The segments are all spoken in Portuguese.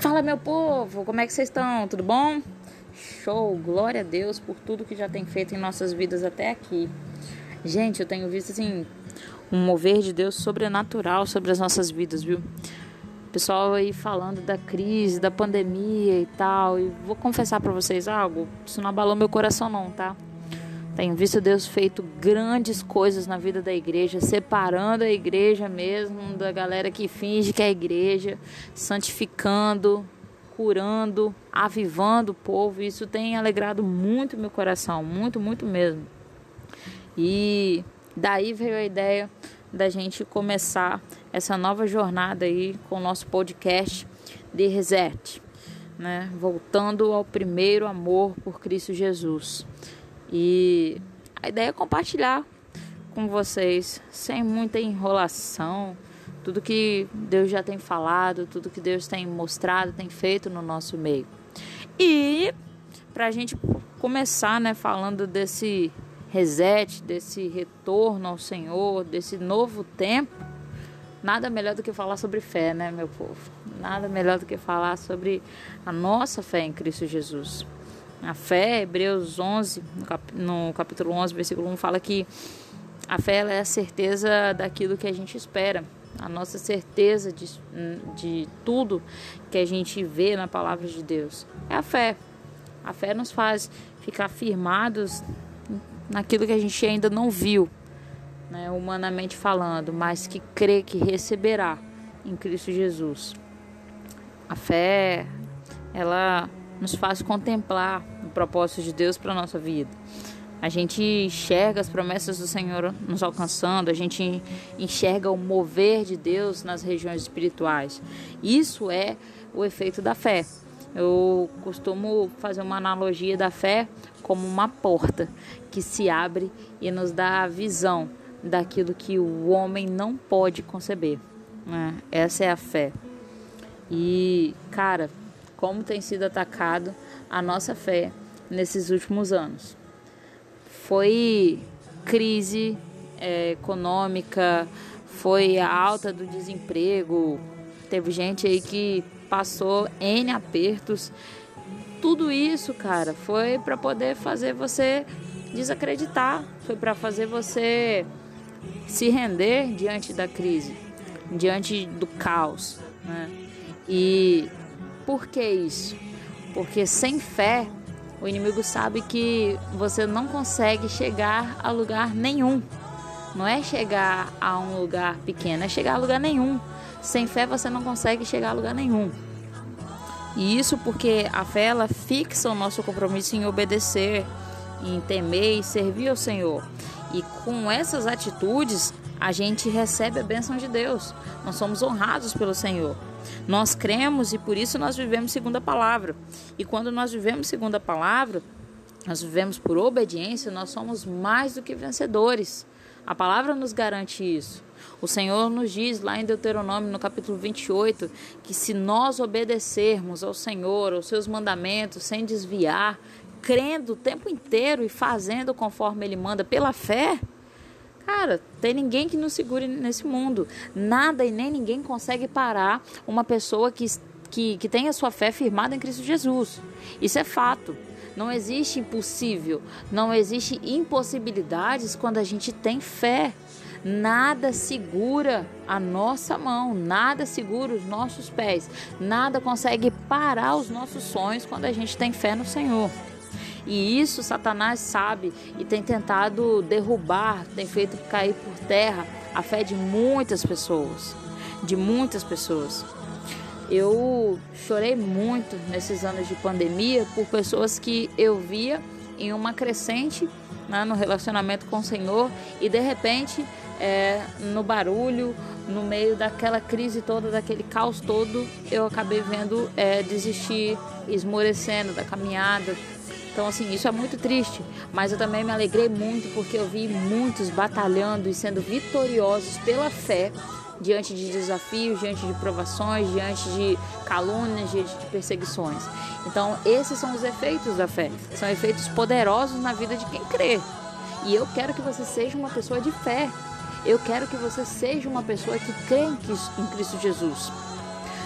Fala, meu povo, como é que vocês estão? Tudo bom? Show, glória a Deus por tudo que já tem feito em nossas vidas até aqui. Gente, eu tenho visto assim um mover de Deus sobrenatural sobre as nossas vidas, viu? Pessoal aí falando da crise, da pandemia e tal, e vou confessar pra vocês algo, isso não abalou meu coração não, tá? Tenho visto Deus feito grandes coisas na vida da igreja, separando a igreja mesmo da galera que finge que é igreja, santificando, curando, avivando o povo. Isso tem alegrado muito meu coração, muito, muito mesmo. E daí veio a ideia da gente começar essa nova jornada aí com o nosso podcast de Reset, né? Voltando ao primeiro amor por Cristo Jesus. E a ideia é compartilhar com vocês, sem muita enrolação, tudo que Deus já tem falado, tudo que Deus tem mostrado, tem feito no nosso meio. E para a gente começar, né, falando desse reset, desse retorno ao Senhor, desse novo tempo, nada melhor do que falar sobre fé, né, meu povo? Nada melhor do que falar sobre a nossa fé em Cristo Jesus. A fé, Hebreus 11, no capítulo 11, versículo 1, fala que a fé ela é a certeza daquilo que a gente espera. A nossa certeza de tudo que a gente vê na palavra de Deus é a fé. A fé nos faz ficar firmados naquilo que a gente ainda não viu, né, humanamente falando, mas que crê que receberá em Cristo Jesus. A fé, ela nos faz contemplar o propósito de Deus para a nossa vida. A gente enxerga as promessas do Senhor nos alcançando, a gente enxerga o mover de Deus nas regiões espirituais. Isso é o efeito da fé. Eu costumo fazer uma analogia da fé como uma porta que se abre e nos dá a visão daquilo que o homem não pode conceber, né? Essa é a fé. E, cara, como tem sido atacado a nossa fé nesses últimos anos. Foi crise econômica, foi a alta do desemprego, teve gente aí que passou N apertos. Tudo isso, cara, foi para poder fazer você desacreditar, foi para fazer você se render diante da crise, diante do caos, né? E por que isso? Porque sem fé, o inimigo sabe que você não consegue chegar a lugar nenhum. Não é chegar a um lugar pequeno, é chegar a lugar nenhum. Sem fé você não consegue chegar a lugar nenhum. E isso porque a fé ela fixa o nosso compromisso em obedecer, em temer e servir ao Senhor. E com essas atitudes, a gente recebe a bênção de Deus. Nós somos honrados pelo Senhor. Nós cremos e por isso nós vivemos segundo a palavra. E quando nós vivemos segundo a palavra, nós vivemos por obediência, nós somos mais do que vencedores. A palavra nos garante isso. O Senhor nos diz lá em Deuteronômio, no capítulo 28, que se nós obedecermos ao Senhor, aos seus mandamentos, sem desviar, crendo o tempo inteiro e fazendo conforme Ele manda pela fé, cara, tem ninguém que nos segure nesse mundo. Nada e nem ninguém consegue parar uma pessoa que tem a sua fé firmada em Cristo Jesus. Isso é fato. Não existe impossível, não existe impossibilidades quando a gente tem fé. Nada segura a nossa mão, nada segura os nossos pés, nada consegue parar os nossos sonhos quando a gente tem fé no Senhor. E isso Satanás sabe e tem tentado derrubar, tem feito cair por terra a fé de muitas pessoas, Eu chorei muito nesses anos de pandemia por pessoas que eu via em uma crescente, né, no relacionamento com o Senhor e de repente, no barulho, no meio daquela crise toda, daquele caos todo, eu acabei vendo desistir, esmorecendo da caminhada. Então, assim, isso é muito triste, mas eu também me alegrei muito porque eu vi muitos batalhando e sendo vitoriosos pela fé diante de desafios, diante de provações, diante de calúnias, diante de perseguições. Então, esses são os efeitos da fé, são efeitos poderosos na vida de quem crê. E eu quero que você seja uma pessoa de fé, eu quero que você seja uma pessoa que crê em Cristo Jesus.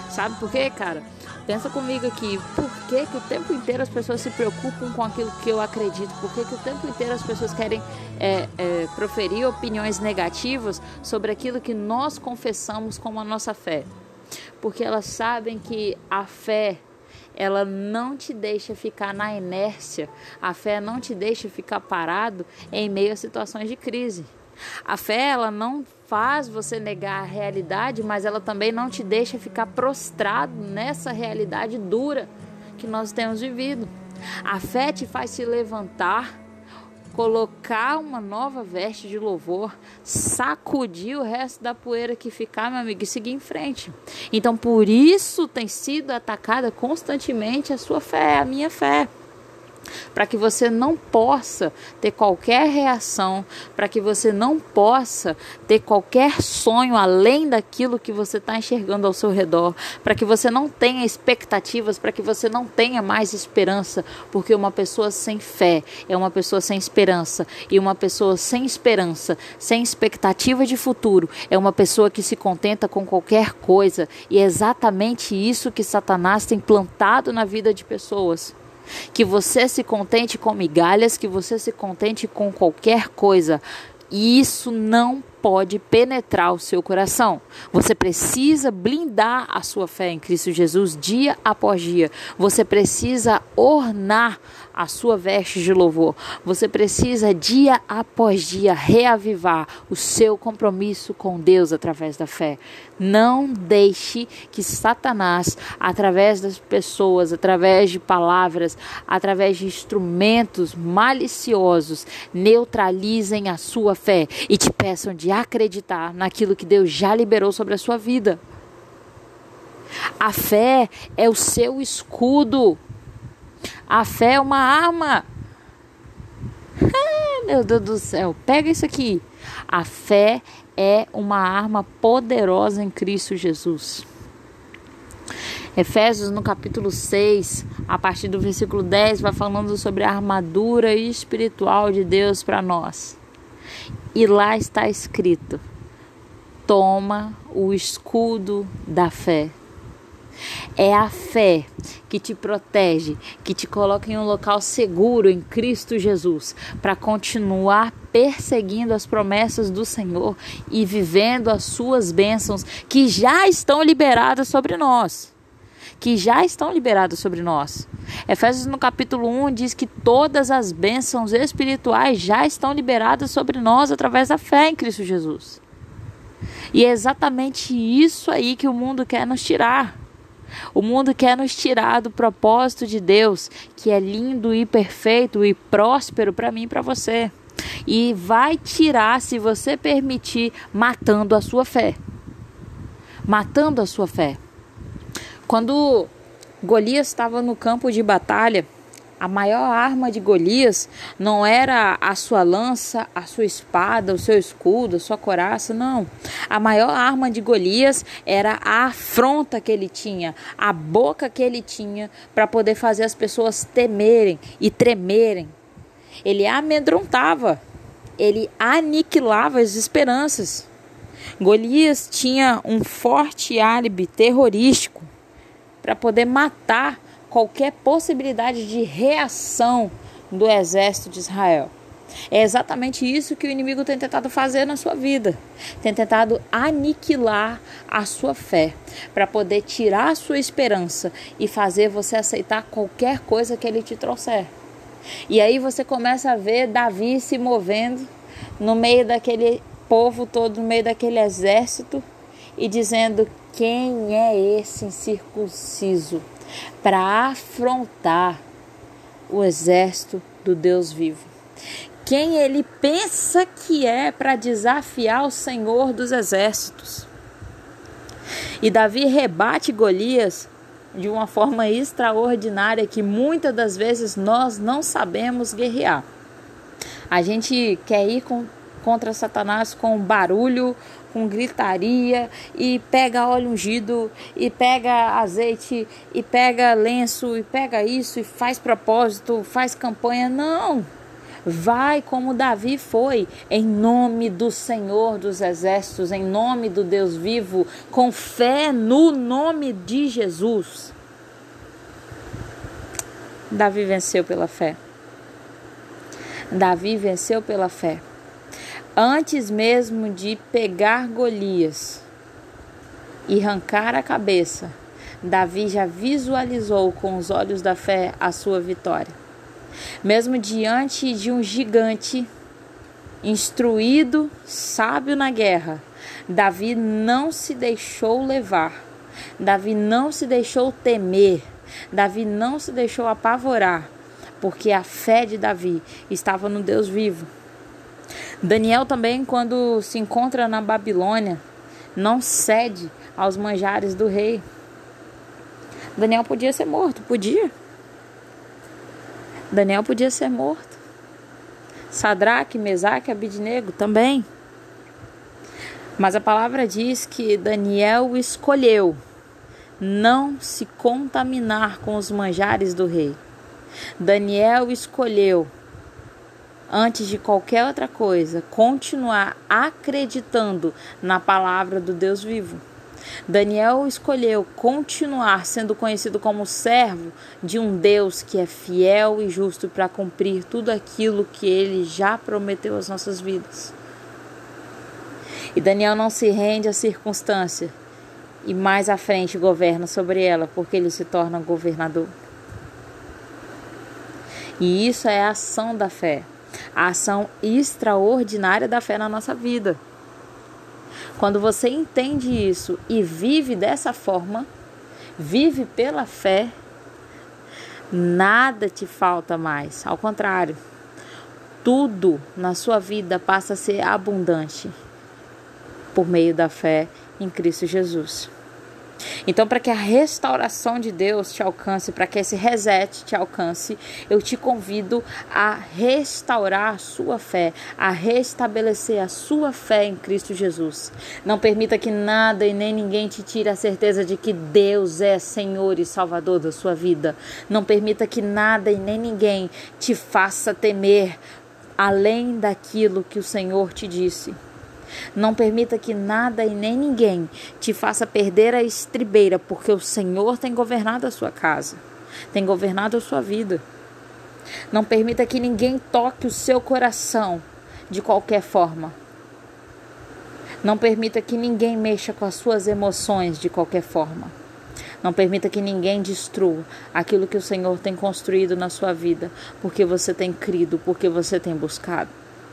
Sabe por quê, cara? Pensa comigo aqui, por que o tempo inteiro as pessoas se preocupam com aquilo que eu acredito? Por que o tempo inteiro as pessoas querem proferir opiniões negativas sobre aquilo que nós confessamos como a nossa fé? Porque elas sabem que a fé, ela não te deixa ficar na inércia, a fé não te deixa ficar parado em meio a situações de crise. A fé, ela não faz você negar a realidade, mas ela também não te deixa ficar prostrado nessa realidade dura que nós temos vivido. A fé te faz se levantar, colocar uma nova veste de louvor, sacudir o resto da poeira que ficar, meu amigo, e seguir em frente. Então, por isso tem sido atacada constantemente a sua fé, a minha fé. Para que você não possa ter qualquer reação, para que você não possa ter qualquer sonho além daquilo que você está enxergando ao seu redor, para que você não tenha expectativas, para que você não tenha mais esperança, porque uma pessoa sem fé é uma pessoa sem esperança, e uma pessoa sem esperança, sem expectativa de futuro, é uma pessoa que se contenta com qualquer coisa, e é exatamente isso que Satanás tem plantado na vida de pessoas. Que você se contente com migalhas, que você se contente com qualquer coisa. E isso não pode penetrar o seu coração. Você precisa blindar a sua fé em Cristo Jesus dia após dia. Você precisa ornar a sua veste de louvor. Você precisa dia após dia reavivar o seu compromisso com Deus através da fé. Não deixe que Satanás, através das pessoas, através de palavras, através de instrumentos maliciosos, neutralizem a sua fé e te peçam de acreditar naquilo que Deus já liberou sobre a sua vida. A fé é o seu escudo. A fé é uma arma. Meu Deus do céu, pega isso aqui. A fé é uma arma poderosa em Cristo Jesus. Efésios, no capítulo 6, a partir do versículo 10, vai falando sobre a armadura espiritual de Deus para nós. E lá está escrito: toma o escudo da fé. É a fé que te protege, que te coloca em um local seguro em Cristo Jesus, para continuar perseguindo as promessas do Senhor e vivendo as suas bênçãos que já estão liberadas sobre nós. Efésios no capítulo 1 diz que todas as bênçãos espirituais já estão liberadas sobre nós através da fé em Cristo Jesus. E é exatamente isso aí que o mundo quer nos tirar. O mundo quer nos tirar do propósito de Deus, que é lindo e perfeito e próspero para mim e para você. E vai tirar, se você permitir, matando a sua fé. Matando a sua fé. Quando Golias estava no campo de batalha, a maior arma de Golias não era a sua lança, a sua espada, o seu escudo, a sua couraça, não. A maior arma de Golias era a afronta que ele tinha, a boca que ele tinha para poder fazer as pessoas temerem e tremerem. Ele amedrontava, ele aniquilava as esperanças. Golias tinha um forte álibi terrorístico para poder matar qualquer possibilidade de reação do exército de Israel. É exatamente isso que o inimigo tem tentado fazer na sua vida. Tem tentado aniquilar a sua fé, para poder tirar a sua esperança e fazer você aceitar qualquer coisa que ele te trouxer. E aí você começa a ver Davi se movendo no meio daquele povo todo, no meio daquele exército, e dizendo: quem é esse incircunciso para afrontar o exército do Deus vivo? Quem ele pensa que é para desafiar o Senhor dos exércitos? E Davi rebate Golias de uma forma extraordinária que muitas das vezes nós não sabemos guerrear. A gente quer ir contra Satanás com barulho, com gritaria, e pega óleo ungido, e pega azeite, e pega lenço, e pega isso, e faz propósito, faz campanha. Não! Vai como Davi foi, em nome do Senhor dos Exércitos, em nome do Deus vivo, com fé no nome de Jesus. Davi venceu pela fé. Davi venceu pela fé. Antes mesmo de pegar Golias e arrancar a cabeça, Davi já visualizou com os olhos da fé a sua vitória. Mesmo diante de um gigante instruído, sábio na guerra, Davi não se deixou levar. Davi não se deixou temer. Davi não se deixou apavorar, porque a fé de Davi estava no Deus vivo. Daniel também, quando se encontra na Babilônia, não cede aos manjares do rei. Daniel podia ser morto, podia. Daniel podia ser morto. Sadraque, Mesaque, Abidnego também. Mas a palavra diz que Daniel escolheu não se contaminar com os manjares do rei. Daniel escolheu, antes de qualquer outra coisa, continuar acreditando na palavra do Deus vivo. Daniel escolheu continuar sendo conhecido como servo de um Deus que é fiel e justo para cumprir tudo aquilo que ele já prometeu às nossas vidas. E Daniel não se rende à circunstância e mais à frente governa sobre ela, porque ele se torna governador. E isso é a ação da fé, a ação extraordinária da fé na nossa vida. Quando você entende isso e vive dessa forma, vive pela fé, nada te falta mais. Ao contrário, tudo na sua vida passa a ser abundante por meio da fé em Cristo Jesus. Então, para que a restauração de Deus te alcance, para que esse reset te alcance, eu te convido a restaurar a sua fé, a restabelecer a sua fé em Cristo Jesus. Não permita que nada e nem ninguém te tire a certeza de que Deus é Senhor e Salvador da sua vida. Não permita que nada e nem ninguém te faça temer além daquilo que o Senhor te disse. Não permita que nada e nem ninguém te faça perder a estribeira, porque o Senhor tem governado a sua casa, tem governado a sua vida. Não permita que ninguém toque o seu coração de qualquer forma. Não permita que ninguém mexa com as suas emoções de qualquer forma. Não permita que ninguém destrua aquilo que o Senhor tem construído na sua vida, porque você tem crido, porque você tem buscado.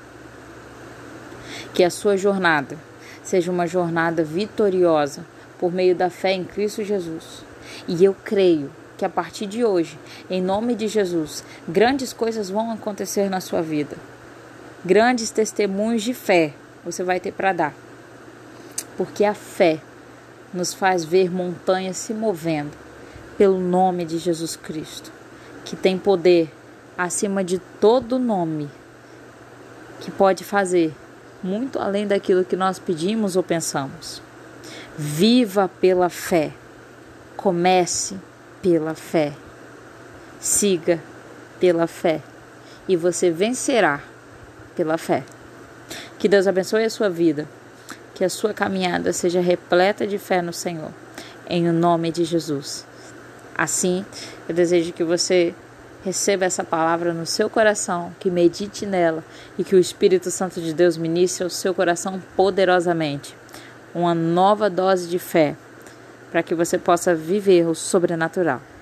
Que a sua jornada seja uma jornada vitoriosa por meio da fé em Cristo Jesus. E eu creio que a partir de hoje, em nome de Jesus, grandes coisas vão acontecer na sua vida. Grandes testemunhos de fé você vai ter para dar. Porque a fé nos faz ver montanhas se movendo pelo nome de Jesus Cristo, que tem poder acima de todo nome, que pode fazer muito além daquilo que nós pedimos ou pensamos. Viva pela fé. Comece pela fé. Siga pela fé. E você vencerá pela fé. Que Deus abençoe a sua vida. Que a sua caminhada seja repleta de fé no Senhor. Em nome de Jesus. Assim, eu desejo que você receba essa palavra no seu coração, que medite nela e que o Espírito Santo de Deus ministre ao seu coração poderosamente. Uma nova dose de fé para que você possa viver o sobrenatural.